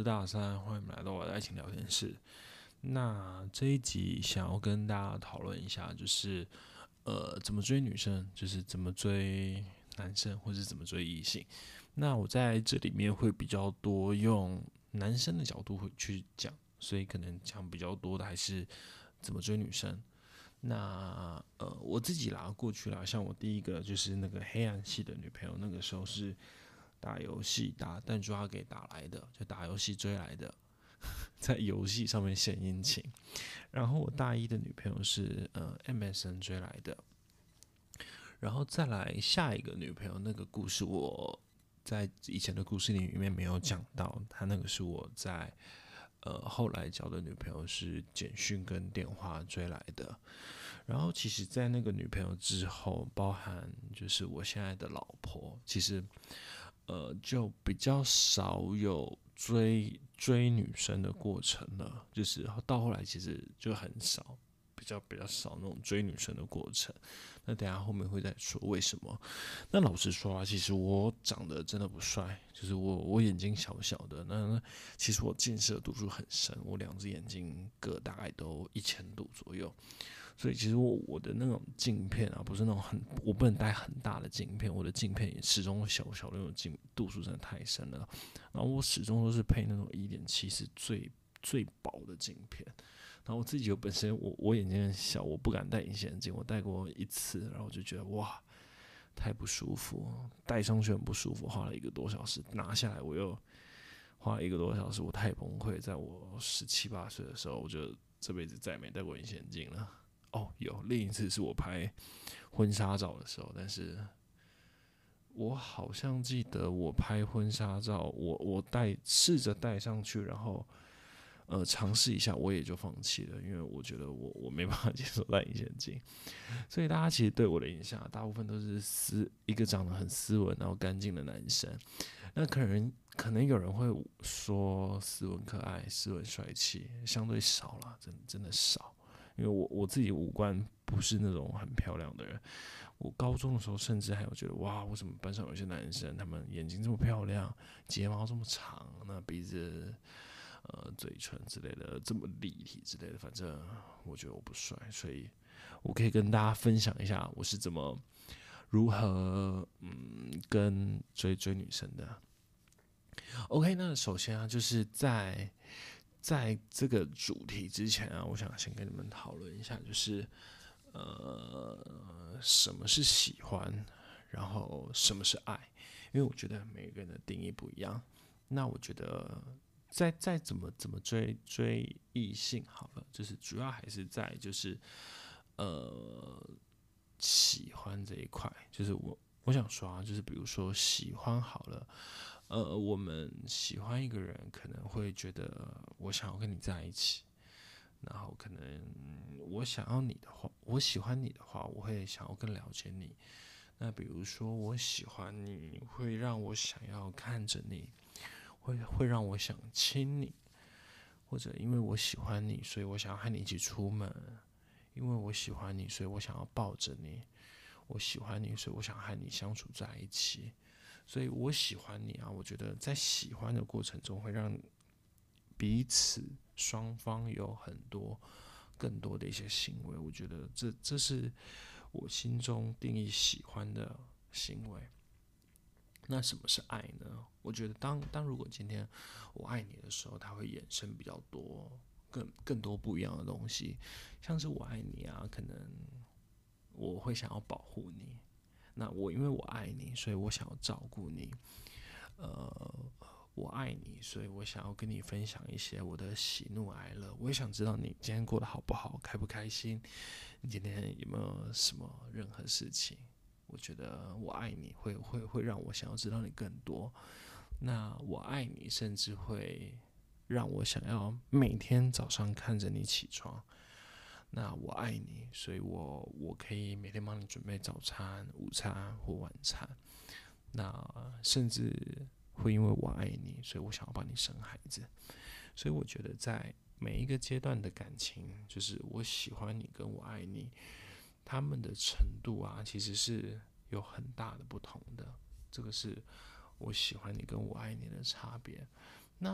大三，欢迎来到我的爱情聊天室。那这一集想要跟大家讨论一下，就是怎么追女生，就是怎么追男生，或是怎么追异性。那我在这里面会比较多用男生的角度会去讲，所以可能讲比较多的还是怎么追女生。那我自己过去啦，像我第一个就是那个黑暗系的女朋友，那个时候是打游戏打弹抓给打来的，就打游戏追来的，在游戏上面献殷勤。然后我大一的女朋友是MSN 追来的，然后再来下一个女朋友那个故事，我在以前的故事里面没有讲到，她那个是我在后来交的女朋友是简讯跟电话追来的。然后其实，在那个女朋友之后，包含就是我现在的老婆，其实就比较少有追女生的过程了，就是到后来其实就很少，比较少那种追女生的过程。那等一下后面会再说为什么。那老实说啊，其实我长得真的不帅，就是我眼睛小小的，那其实我近视的度数很深，我两只眼睛各大概都1000度左右。所以其实我的那种镜片啊，不是那种我不能戴很大的镜片，我的镜片也始终小小的，那种度数真的太深了。然后我始终都是配那种1.7是最薄的镜片。然后我自己本身我眼睛很小，我不敢戴隐形眼镜，我戴过一次，然后我就觉得哇，太不舒服，戴上去很不舒服，花了1个多小时，拿下来我又花了1个多小时，我太崩溃。在我17、18岁的时候，我就这辈子再也没戴过隐形眼镜了。哦，有另一次是我拍婚纱照的时候，但是我好像记得我拍婚纱照，我试着戴上去，然后尝试一下，我也就放弃了，因为我觉得我没办法接受戴隐形眼镜。所以大家其实对我的印象，大部分都是一个长得很斯文然后干净的男生。那可能有人会说斯文可爱、斯文帅气，相对少啦，真的少。因为我自己五官不是那种很漂亮的人，我高中的时候甚至还有觉得哇，为什么班上有些男生他们眼睛这么漂亮，睫毛这么长，那鼻子、嘴唇之类的这么立体之类的，反正我觉得我不帅，所以我可以跟大家分享一下我是如何跟追女生的。OK， 那首先啊，就是在这个主题之前啊，我想先跟你们讨论一下，就是什么是喜欢，然后什么是爱，因为我觉得每个人的定义不一样。那我觉得再怎么追异性好了，就是主要还是在就是喜欢这一块，就是我想说啊，就是比如说喜欢好了。我们喜欢一个人，可能会觉得我想要跟你在一起，然后可能我想要你的话，我喜欢你的话，我会想要更了解你。那比如说我喜欢你，会让我想要看着你，会让我想亲你，或者因为我喜欢你，所以我想要和你一起出门，因为我喜欢你，所以我想要抱着你，我喜欢你，所以我想和你相处在一起。所以我喜欢你啊，我觉得在喜欢的过程中，会让彼此双方有更多的一些行为。我觉得这是我心中定义喜欢的行为。那什么是爱呢？我觉得当如果今天我爱你的时候，它会衍生比较多更多不一样的东西，像是我爱你啊，可能我会想要保护你。那因为我爱你，所以我想要照顾你。我爱你，所以我想要跟你分享一些我的喜怒哀乐。我也想知道你今天过得好不好，开不开心，你今天有没有什么任何事情。我觉得我爱你会让我想要知道你更多。那我爱你，甚至会让我想要每天早上看着你起床。那我爱你，所以我可以每天帮你准备早餐、午餐或晚餐。那甚至会因为我爱你，所以我想要帮你生孩子。所以我觉得在每一个阶段的感情，就是我喜欢你跟我爱你，他们的程度啊，其实是有很大的不同的。这个是我喜欢你跟我爱你的差别。那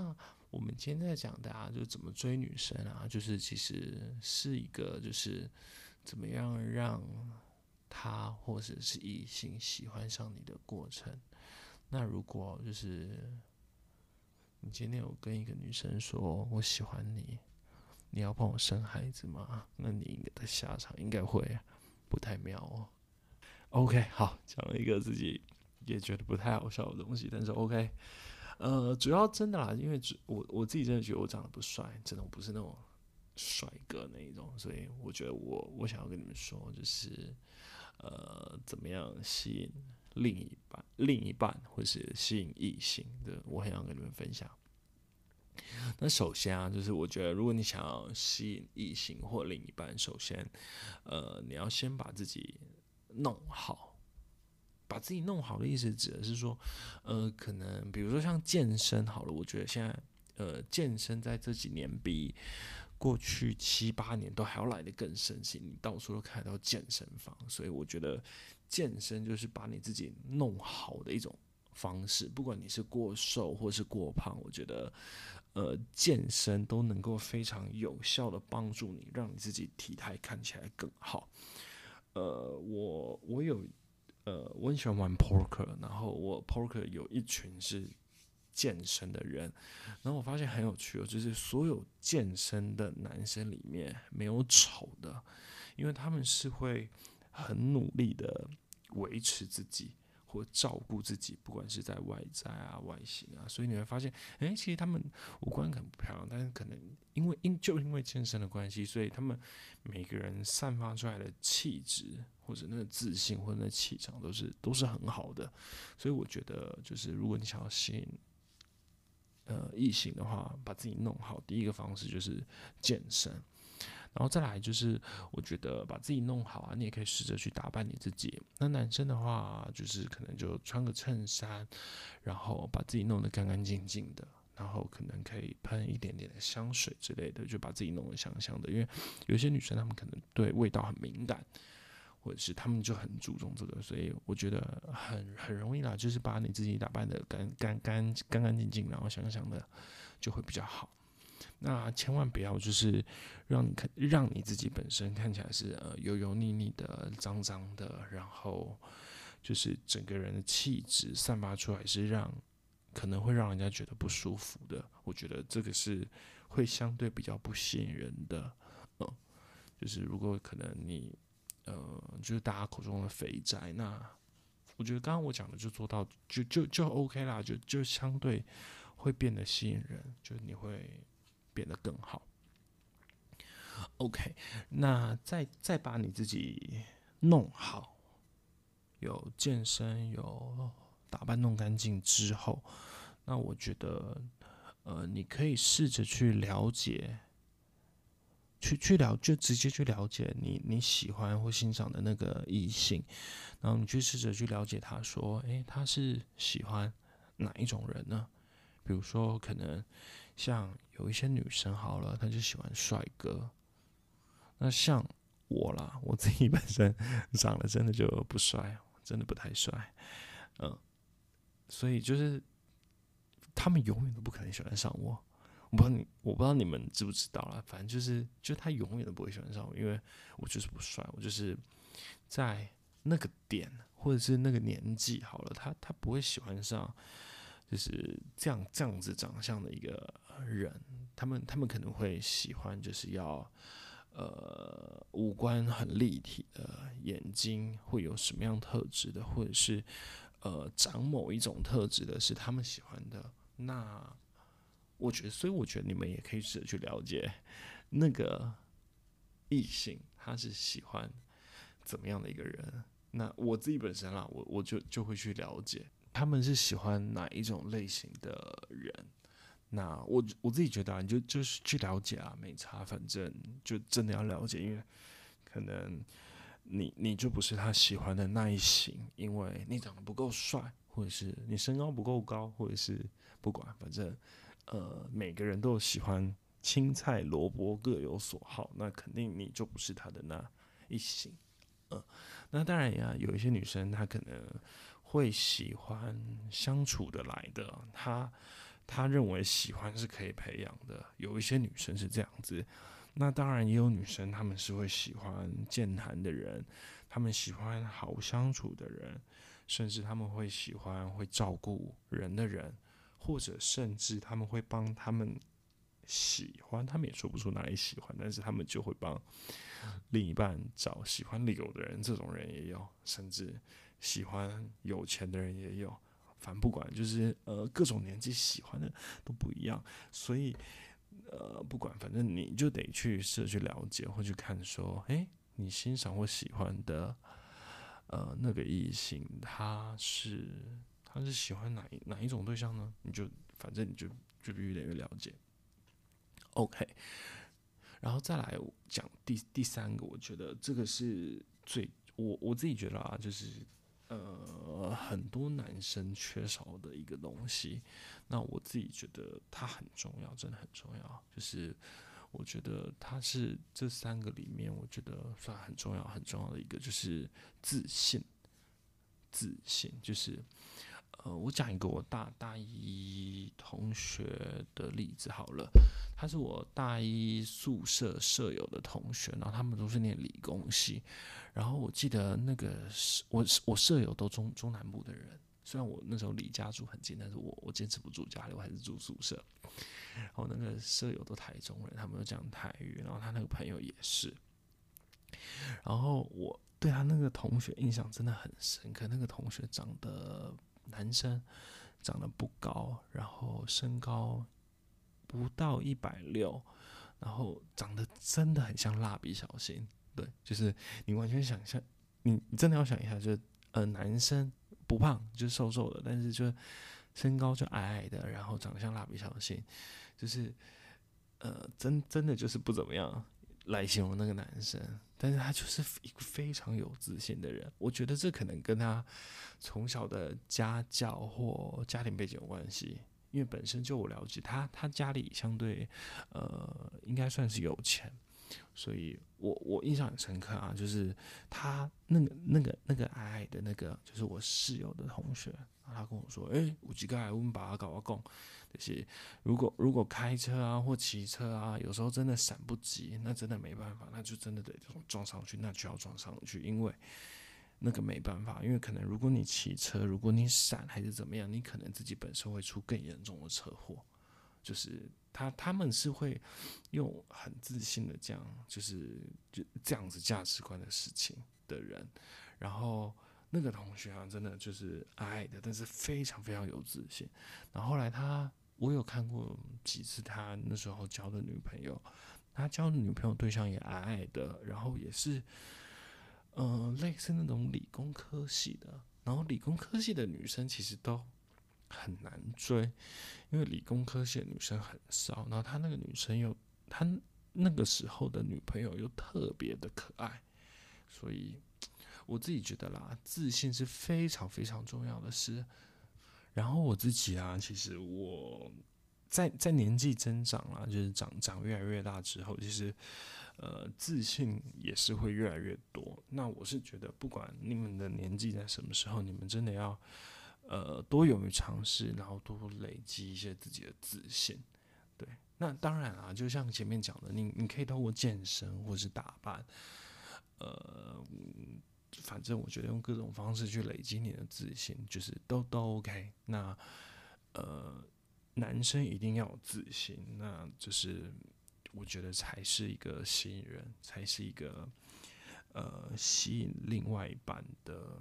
我们今天在讲的就怎么追女生就是其实是一个就是怎么样让她或者是异性喜欢上你的过程。那如果就是你今天有跟一个女生说我喜欢你，你要帮我生孩子吗？那你的下场应该会不太妙哦。OK， 好，讲了一个自己也觉得不太好笑的东西，但是 OK，主要真的啦，因为我自己真的觉得我长得不帅，真的我不是那种帅哥那一种，所以我觉得我想要跟你们说，就是怎么样吸引另一半或是吸引异性的，我很想跟你们分享。那首先就是我觉得如果你想要吸引异性或另一半，首先你要先把自己弄好。把自己弄好的意思指的是说，可能比如说像健身好了，我觉得现在健身在这几年比过去7-8年都还要来得更盛行，你到处都看到健身房，所以我觉得健身就是把你自己弄好的一种方式，不管你是过瘦或是过胖，我觉得健身都能够非常有效的帮助你，让你自己体态看起来更好。我很喜欢玩 poker， 然后我 poker 有一群是健身的人，然后我发现很有趣就是所有健身的男生里面没有丑的，因为他们是会很努力的维持自己或照顾自己，不管是在外在外形所以你会发现，其实他们五官可能不漂亮，但是可能因为健身的关系，所以他们每个人散发出来的气质或者那个自信或者那气场都是很好的。所以我觉得就是如果你想要吸引异性的话，把自己弄好，第一个方式就是健身。然后再来就是，我觉得把自己弄好你也可以试着去打扮你自己。那男生的话，就是可能就穿个衬衫，然后把自己弄得干干净净的，然后可能可以喷一点点的香水之类的，就把自己弄得香香的。因为有些女生她们可能对味道很敏感，或者是她们就很注重这个，所以我觉得很容易啦，就是把你自己打扮得干干净净，然后香香的，就会比较好。那千万不要就是让你自己本身看起来是油腻腻的、脏脏的，然后就是整个人的气质散发出来是可能会让人家觉得不舒服的。我觉得这个是会相对比较不吸引人的。就是如果可能你就是大家口中的肥宅，那我觉得刚刚我讲的就做到就 OK 啦，就相对会变得吸引人，就你会变得更好。OK， 那再把你自己弄好，有健身，有打扮弄干净之后，那我觉得你可以试着去了解，就直接去了解你喜欢或欣赏的那个异性，然后你去试着去了解他说，他是喜欢哪一种人呢？比如说可能像有一些女生好了，她就喜欢帅哥。那像我啦，我自己本身长得真的就不帅，真的不太帅，所以就是他们永远都不可能喜欢上我。我不知道你们知不知道啦，反正就是他永远都不会喜欢上我，因为我就是不帅，我就是在那个点或者是那个年纪好了，他不会喜欢上就是这样子长相的一个人，他们可能会喜欢就是要五官很立体的，眼睛会有什么样特质的，或者是长某一种特质的是他们喜欢的。那所以我觉得你们也可以试着去了解那个异性他是喜欢怎么样的一个人。那我自己本身啦，我就会去了解他们是喜欢哪一种类型的人。那我自己觉得你就是去了解没差，反正就真的要了解，因为可能你就不是他喜欢的那一型，因为你长得不够帅，或者是你身高不够高，或者是不管，反正每个人都有喜欢青菜萝卜各有所好，那肯定你就不是他的那一型。那当然有一些女生她可能会喜欢相处的来的，她他认为喜欢是可以培养的，有一些女生是这样子。那当然也有女生，她们是会喜欢健谈的人，她们喜欢好相处的人，甚至她们会喜欢会照顾人的人，或者甚至他们会帮他们喜欢，他们也说不出哪里喜欢，但是他们就会帮另一半找喜欢旅游的人，这种人也有，甚至喜欢有钱的人也有。反正不管就是各种年纪喜欢的都不一样，所以不管反正你就得去试着去了解或去看说，你欣赏或喜欢的那个异性，他是喜欢哪一种对象呢？反正你就必须得了解。OK，然后再来讲第三个，我觉得这个是我自己觉得啊，就是很多男生缺少的一个东西。那我自己觉得它很重要，真的很重要。就是我觉得它是这三个里面，我觉得算很重要的一个，就是自信。自信就是我讲一个我大一同学的例子好了。他是我大一宿舍舍友的同学，然后他们都是念理工系。然后我记得那个我舍友都中南部的人，虽然我那时候离家住很近，但是我坚持不住家里，我还是住宿舍。然后那个舍友都台中人，他们都讲台语，然后他那个朋友也是。然后我对他那个同学印象真的很深刻，那个同学男生长得不高，然后身高不到160，然后长得真的很像蜡笔小新。对，就是你完全想象，你真的要想一下，就是男生不胖，就是瘦瘦的，但是就身高就矮矮的，然后长得像蜡笔小新，就是真的就是不怎么样来形容那个男生。但是他就是一个非常有自信的人，我觉得这可能跟他从小的家教或家庭背景有关系。因为本身就我了解他家里相对应该算是有钱，所以我印象很深刻啊，就是他那个矮矮的那个，就是我室友的同学，他跟我说，有几个我们把他搞我讲，就是如果开车啊或骑车啊，有时候真的闪不及，那真的没办法，那就真的得撞上去，那就要撞上去，因为那个没办法，因为可能如果你骑车，如果你闪还是怎么样，你可能自己本身会出更严重的车祸。就是他们是会用很自信的就这样子价值观的事情的人。然后那个同学啊，真的就是矮矮的，但是非常非常有自信。然后后来我有看过几次他那时候交的女朋友，他交的女朋友对象也矮矮的，然后也是类似那种理工科系的。然后理工科系的女生其实都很难追，因为理工科系的女生很少，然后他那个时候的女朋友又特别的可爱，所以我自己觉得啦，自信是非常非常重要的事。然后我自己啊，其实我在年纪增长啦，就是长越来越大之后，其实自信也是会越来越多。那我是觉得，不管你们的年纪在什么时候，你们真的要多勇于尝试，然后多累积一些自己的自信。对，那当然啊，就像前面讲的，你可以透过健身或是打扮，反正我觉得用各种方式去累积你的自信，就是都 OK。那男生一定要有自信，那就是我觉得才是一个吸引人，才是一个吸引另外一半的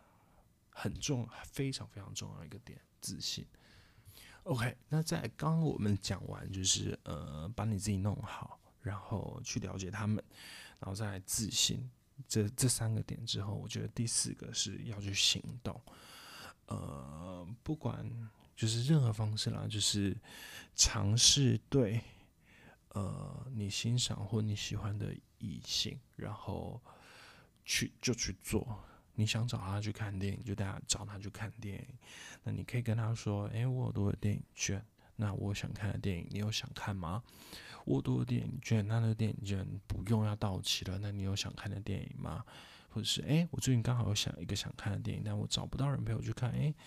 非常非常重要的一个点，自信。OK， 那在刚刚我们讲完，就是把你自己弄好，然后去了解他们，然后再来自信这三个点之后，我觉得第四个是要去行动。不管就是任何方式啦，就是尝试对你欣赏或你喜欢的异性，然后去做。你想找他去看电影，就带他找他去看电影。那你可以跟他说：“我有多的电影券，那我想看的电影，你有想看吗？我有多的电影券，那个电影券不用要到期了，那你有想看的电影吗？或者是我最近刚好有一个想看的电影，但我找不到人陪我去看，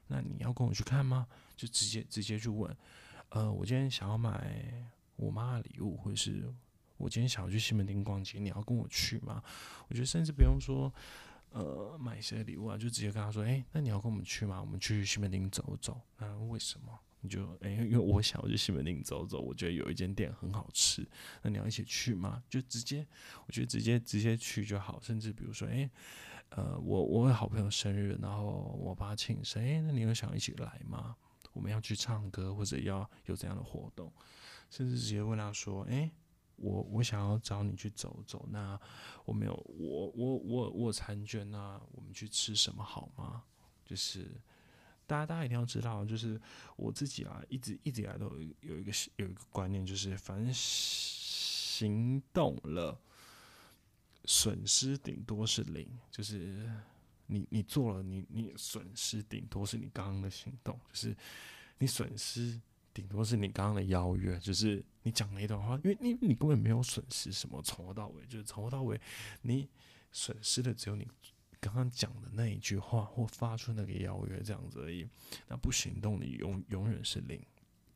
那你要跟我去看吗？就直接去问，我今天想要买我妈的礼物，或者是我今天想要去西门町逛街，你要跟我去吗？我觉得甚至不用说，买谁的礼物啊，就直接跟他说，那你要跟我们去吗？我们去西门町走走。那为什么？你就因为我想要去西门町走走，我觉得有一间店很好吃，那你要一起去吗？就直接，我觉得直接去就好。甚至比如说，我有好朋友生日，然后我帮他庆生，那你有想一起来吗？我们要去唱歌，或者要有这样的活动，甚至直接问他说，我想要找你去走走，那我没有，我有餐券，那我们去吃什么好吗？就是大家一定要知道，就是我自己啊，一直以来都有一个观念，就是反正行动了，损失顶多是零，就是你做了，你损失顶多是你刚刚的行动，就是你损失顶多是你刚刚的邀约，就是你讲了一段话，因为你根本没有损失什么，从头到尾就是从头到尾，你损失的只有你刚刚讲的那一句话或发出那个邀约这样子而已。那不行动，你永远是零。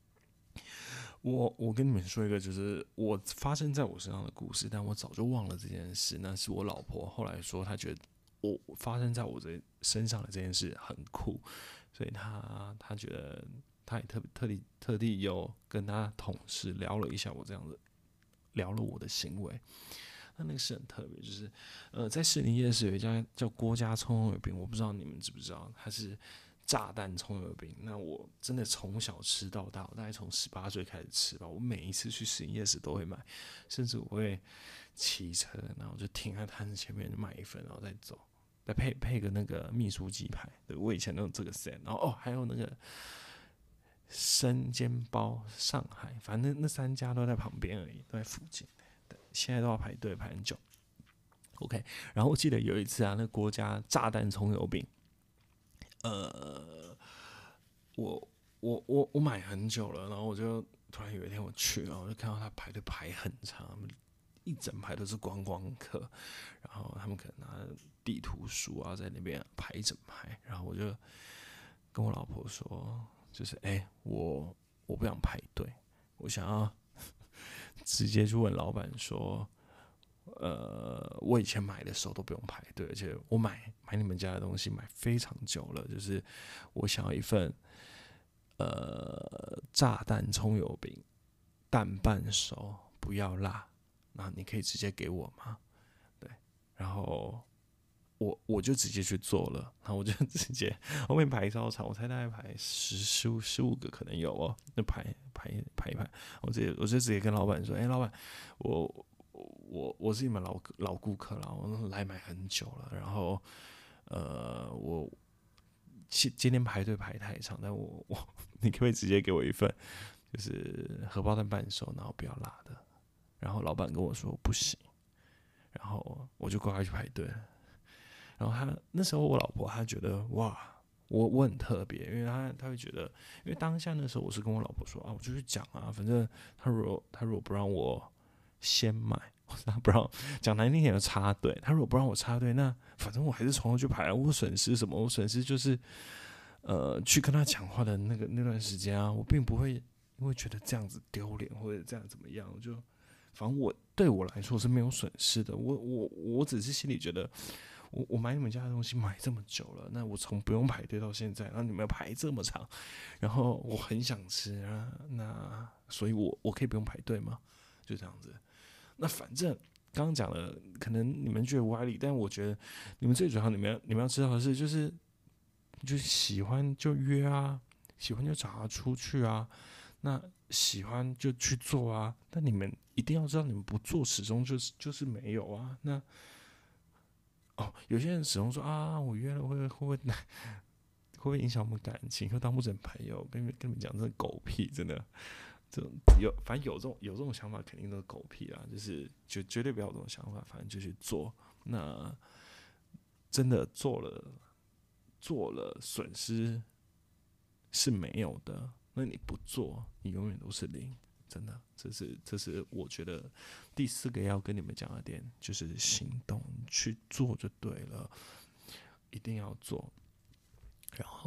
我跟你们说一个，就是我发生在我身上的故事，但我早就忘了这件事。那是我老婆后来说，她觉得我发生在我身上的这件事很酷，所以她觉得她也特地有跟她同事聊了一下我这样子，聊了我的行为。那个是很特别，就是在士林夜市有一家叫郭家葱油饼，我不知道你们知不知道，它是炸弹葱油饼。那我真的从小吃到大，我大概从18岁开始吃吧。我每一次去士林夜市都会买，甚至我会骑车，然后就停在摊子前面买一份，然后再走，再配个那个秘书鸡排。对，我以前都有这个 set， 然后还有那个生煎包，上海，反正那3家都在旁边而已，都在附近。现在都要排队排很久。OK， 然后我记得有一次啊，那国家炸弹葱油饼，我买很久了，然后我就突然有一天我去，然后我就看到他排队排很长，一整排都是观光客，然后他们可能拿地图书啊在那边排一整排，然后我就跟我老婆说，就是我不想排队，我想要直接去问老板说，我以前买的时候都不用排队，而且我买你们家的东西买非常久了，就是我想要一份炸弹葱油饼，蛋半熟，不要辣，那你可以直接给我吗？对，然后我就直接去做了，然后我就直接后面排超长，我猜大概排15个可能有哦，那排一排，我就直接跟老板说，老板，我是你们老顾客了，我来买很久了，然后我今天排队排太长，但你可不可以直接给我一份，就是荷包蛋半熟，然后不要辣的？然后老板跟我说不行，然后我就乖乖去排队。然后那时候我老婆她觉得哇，我很特别，因为她会觉得，因为当下那时候我是跟我老婆说啊，我就去讲啊，反正她如果不让我先买，他不让讲难听点就插队，他如果不让我插队，那反正我还是从头去排，我损失什么？我损失就是去跟他讲话的那段时间啊，我并不会因为觉得这样子丢脸或者这样怎么样，反正对我来说是没有损失的，我只是心里觉得。我买你们家的东西买这么久了，那我从不用排队到现在，然后你们要排这么长，然后我很想吃啊，那所以我可以不用排队吗？就这样子。那反正刚刚讲了，可能你们觉得歪理，但我觉得你们最主要你们要知道的是，就是喜欢就约啊，喜欢就找他出去啊，那喜欢就去做啊，但你们一定要知道，你们不做始终就是没有啊。那有些人始终说啊，我约了会不会影响我们感情，会当不成朋友？跟你们讲，这狗屁，真的。反正有这种想法，肯定都是狗屁啦。就是绝对不要有这种想法，反正就去做。那真的做了，损失是没有的。那你不做，你永远都是零。真的，这是我觉得第4个要跟你们讲的点，就是行动去做就对了，一定要做。然后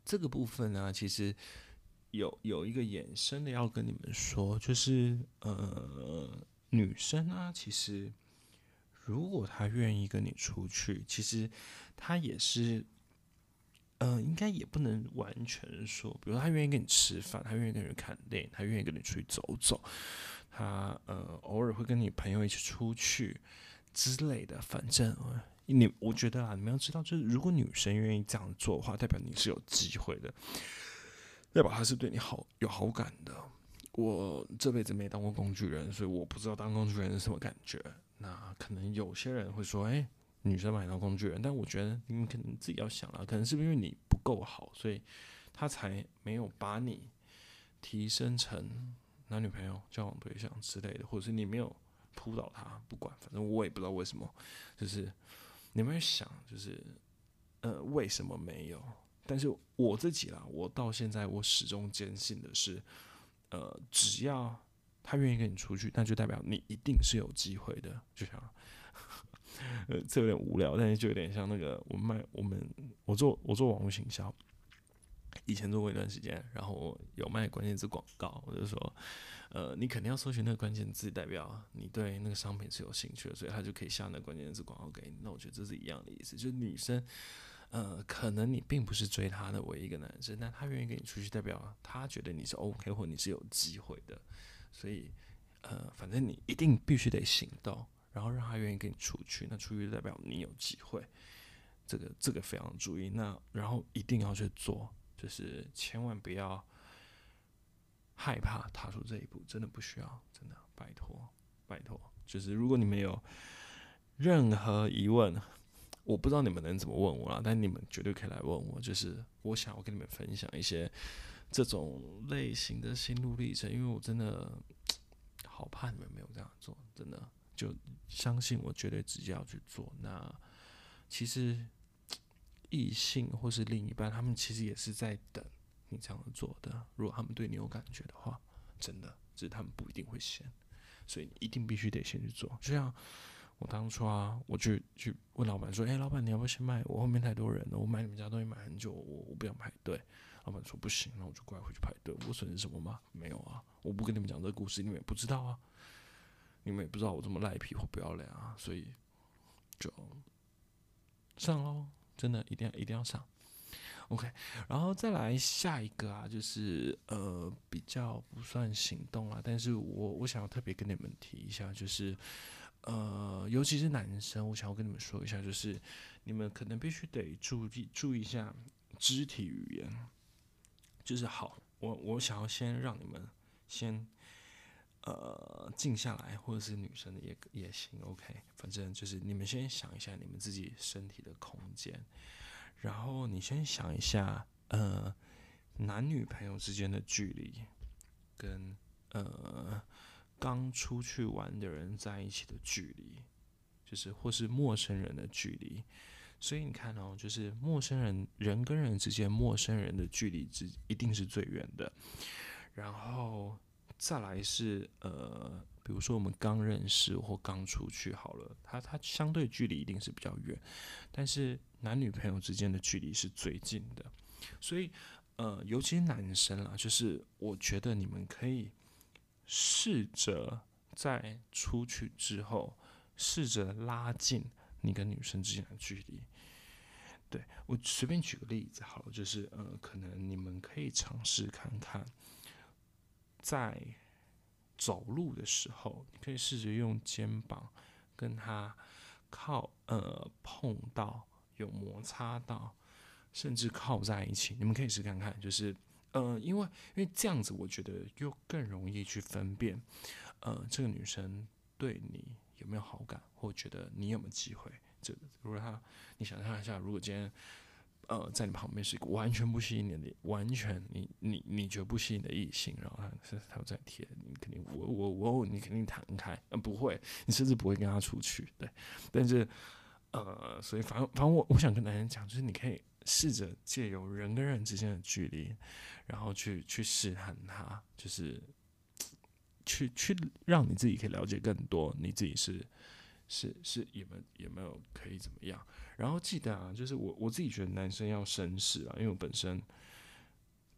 这个部分呢，其实有一个衍生的要跟你们说，就是女生啊，其实如果她愿意跟你出去，其实她也是。应该也不能完全说，比如说他愿意跟你吃饭，他愿意跟你看电影，他愿意跟你出去走走，他偶尔会跟你朋友一起出去之类的。反正我觉得啊，你们要知道，就是如果女生愿意这样做的话，代表你是有机会的，代表她是对你有好感的。我这辈子没当过工具人，所以我不知道当工具人是什么感觉。那可能有些人会说，女生把你当工具人，但我觉得你们可能自己要想了，可能是不是因为你不够好，所以他才没有把你提升成男女朋友、交往对象之类的，或者是你没有扑倒他，不管，反正我也不知道为什么，就是你们会想，就是为什么没有？但是我自己啦，我到现在我始终坚信的是，只要他愿意跟你出去，那就代表你一定是有机会的，就像。这有点无聊，但是就有点像那个我做网络行销，以前做过一段时间，然后我有卖关键字广告，我就说，你肯定要搜寻那个关键字，代表你对那个商品是有兴趣的，所以他就可以下那个关键字广告给你。那我觉得这是一样的意思，就是女生，可能你并不是追她的唯一一个男生，但她愿意跟你出去，代表她觉得你是 OK 或你是有机会的，所以，反正你一定必须得行动。然后让他愿意跟你出去，那出去代表你有机会，这个非常注意。那然后一定要去做，就是千万不要害怕踏出这一步，真的不需要，真的拜托拜托。就是如果你们有任何疑问，我不知道你们能怎么问我啦，但你们绝对可以来问我。就是我想要跟你们分享一些这种类型的心路历程，因为我真的好怕你们没有这样做，真的。就相信我，绝对直接要去做。那其实异性或是另一半，他们其实也是在等你这样做的。如果他们对你有感觉的话，真的，只是他们不一定会先，所以你一定必须得先去做。就像我当初啊，我去问老板说：“老板，你要不要先卖我？后面太多人了，我买你们家东西买很久，我不想排队。”老板说：“不行。”那我就乖回去排队。我损失什么吗？没有啊，我不跟你们讲这个故事，你们也不知道啊。你们也不知道我这么赖皮或不要脸啊，所以就上咯，真的一定要上。OK，然后再来下一个啊，就是比较不算行动啦，但是我想要特别跟你们提一下，就是尤其是男生，我想要跟你们说一下，就是你们可能必须得注意一下肢体语言。就是好，我想要先让你们先静下来，或者是女生的也行，OK，反正就是你们先想一下你们自己身体的空间，然后你先想一下，男女朋友之间的距离，跟刚出去玩的人在一起的距离，就是或是陌生人的距离。所以你看哦，就是陌生人跟人之间，陌生人的距离一定是最远的，然后。再来是比如说我们刚认识或刚出去好了，它相对距离一定是比较远，但是男女朋友之间的距离是最近的，所以尤其是男生啦，就是我觉得你们可以试着在出去之后，试着拉近你跟女生之间的距离。对，我随便举个例子好了，就是可能你们可以尝试看看。在走路的时候，你可以试着用肩膀跟他碰到，有摩擦到，甚至靠在一起。你们可以试看看，就是因为这样子，我觉得又更容易去分辨，这个女生对你有没有好感，或觉得你有没有机会。如果你想象一下，如果今天在你旁边是一个完全不吸引你的，完全你觉得不吸引的异性，然后他有在贴，你肯定你肯定弹开，不会，你甚至不会跟他出去，对，但是所以反正我想跟男人讲，就是你可以试着借由人跟人之间的距离，然后去试探他，就是去让你自己可以了解更多，你自己是有没有可以怎么样？然后记得啊，就是我自己觉得男生要绅士啊，因为我本身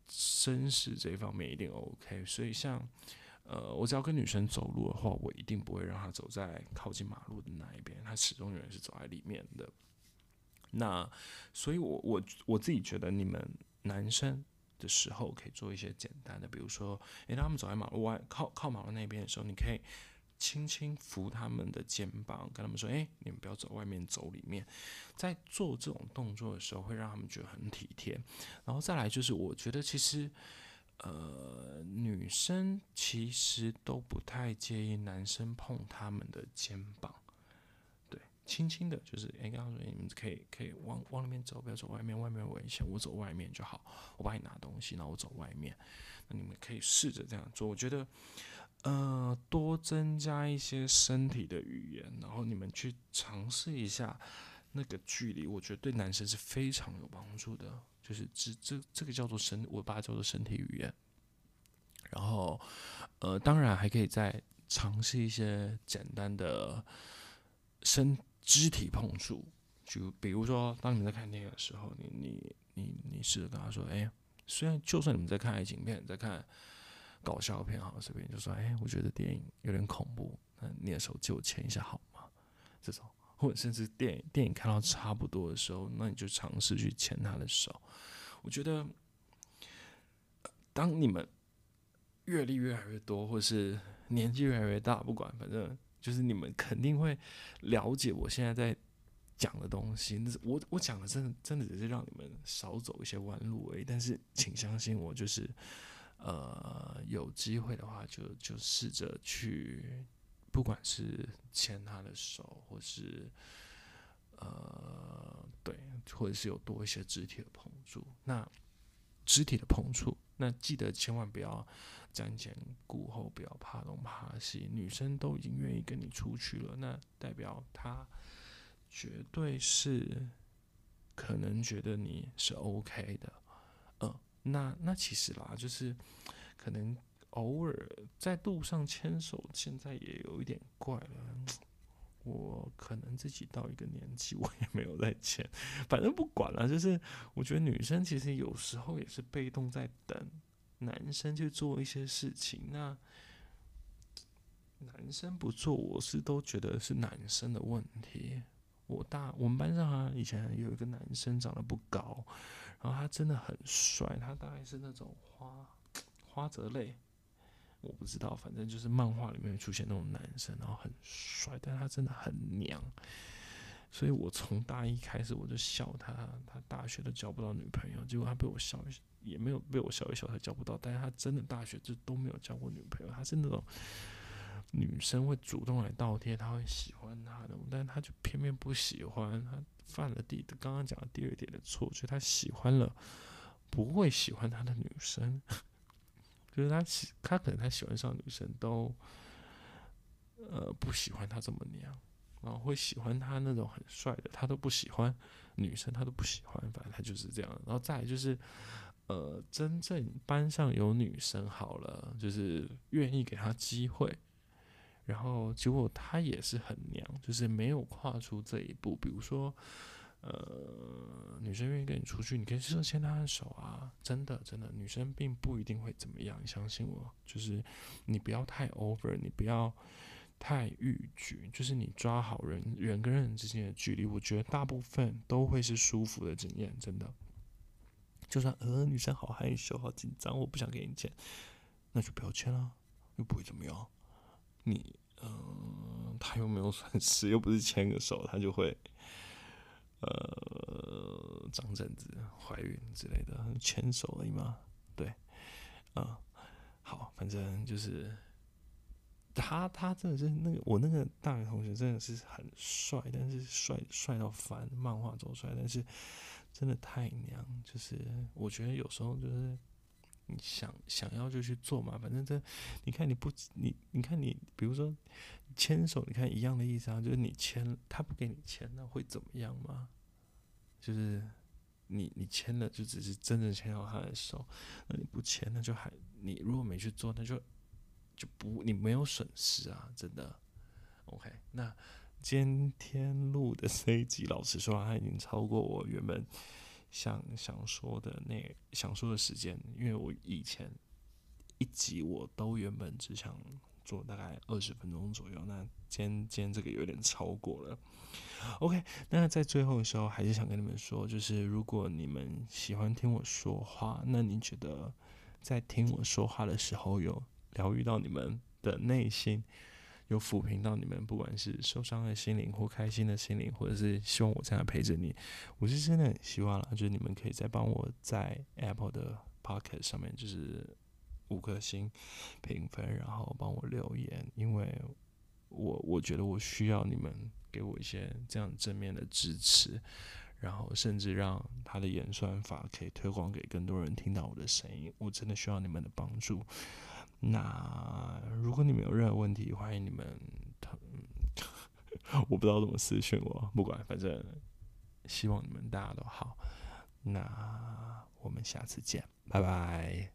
绅士这一方面一定 OK。所以像我只要跟女生走路的话，我一定不会让她走在靠近马路的那一边，她始终永远是走在里面的。那所以我自己觉得，你们男生的时候可以做一些简单的，比如说，当他们走在马路外靠马路那边的时候，你可以轻轻扶他们的肩膀，跟他们说：“你们不要走外面，走里面。”在做这种动作的时候，会让他们觉得很体贴。然后再来就是，我觉得其实，女生其实都不太介意男生碰他们的肩膀。轻轻的，就是刚刚说你们可以往里面走，不要走外面，外面危险，我走外面就好，我帮你拿东西，然后我走外面。那你们可以试着这样做，我觉得，多增加一些身体的语言，然后你们去尝试一下那个距离，我觉得对男生是非常有帮助的。就是这个叫做我把它叫做身体语言。然后，当然还可以再尝试一些简单的肢体碰触，就比如说，当你们在看电影的时候，你试着跟他说，虽然就算你们在看爱情片，在看搞笑片，好，随便就说，我觉得电影有点恐怖，那你的手借我牵一下好吗？这种，或者甚至电影看到差不多的时候，那你就尝试去牵他的手。我觉得，当你们阅历越来越多，或是年纪越来越大，不管反正。就是你们肯定会了解我现在在讲的东西，我讲的真的只是让你们少走一些弯路而已。但是请相信我，就是有机会的话就试着去，不管是牵他的手，或是对，或者是有多一些肢体的碰触。那肢体的碰触，那记得千万不要瞻前顾后，不要怕东怕西。女生都已经愿意跟你出去了，那代表她绝对是可能觉得你是 OK 的。那其实啦，就是可能偶尔在路上牵手，现在也有一点怪了。我可能自己到一个年纪，我也没有在牵，反正不管了。就是我觉得女生其实有时候也是被动在等男生去做一些事情，那男生不做，我是都觉得是男生的问题。我们班上以前有一个男生长得不高，然后他真的很帅，他大概是那种花泽类。我不知道，反正就是漫画里面会出现那种男生，然后很帅，但他真的很娘，所以我从大一开始我就笑他，他大学都交不到女朋友，结果他被我笑也没有被我笑一笑，他交不到，但是他真的大学就都没有交过女朋友，他是那种女生会主动来倒贴，他会喜欢他的，但是他就偏偏不喜欢，他犯了刚刚讲的第二点的错，所以他喜欢了不会喜欢他的女生。就是他可能他喜欢上的女生都不喜欢他这么娘，然后会喜欢他那种很帅的，他都不喜欢，女生他都不喜欢，反正他就是这样。然后再来就是真正班上有女生好了，就是愿意给他机会，然后结果他也是很娘，就是没有跨出这一步。比如说女生愿意跟你出去，你可以试着牵她的手啊，真的，女生并不一定会怎么样，你相信我。就是你不要太 over， 你不要太逾矩，就是你抓好人跟人之间的距离，我觉得大部分都会是舒服的经验，真的。就算女生好害羞、好紧张，我不想跟你牵，那就不要牵啊，又不会怎么样。你他又没有损失，又不是牵个手他就会。长疹子、怀孕之类的，牵手而已嘛。对，好，反正就是他真的是我那个大学同学真的是很帅，但是帅到翻，漫画中帅，但是真的太娘。就是我觉得有时候就是你想要就去做嘛，反正你看你看你，比如说牵手，你看一样的意思啊，就是你牵他不给你牵，那会怎么样吗？就是你牵了，就只是真正牵到他的手；那你不牵，那就你如果没去做，那就不你没有损失啊，真的。OK， 那今天录的这一集，老实说，它已经超过我原本想说的时间，因为我以前一集我都原本只想做大概20分钟左右，那今天这个有点超过了。OK， 那在最后的时候，还是想跟你们说，就是如果你们喜欢听我说话，那你觉得在听我说话的时候有疗愈到你们的内心，有抚平到你们不管是受伤的心灵或开心的心灵，或者是希望我这样陪着你，我是真的很希望啦，就是你们可以再帮我在 Apple 的 Podcast 上面就是5颗星评分，然后帮我留言，因为我觉得我需要你们给我一些这样正面的支持，然后甚至让他的演算法可以推广给更多人听到我的声音，我真的需要你们的帮助。那如果你们有任何问题，欢迎你们，我不知道怎么私讯我，不管，反正希望你们大家都好。那我们下次见，拜拜。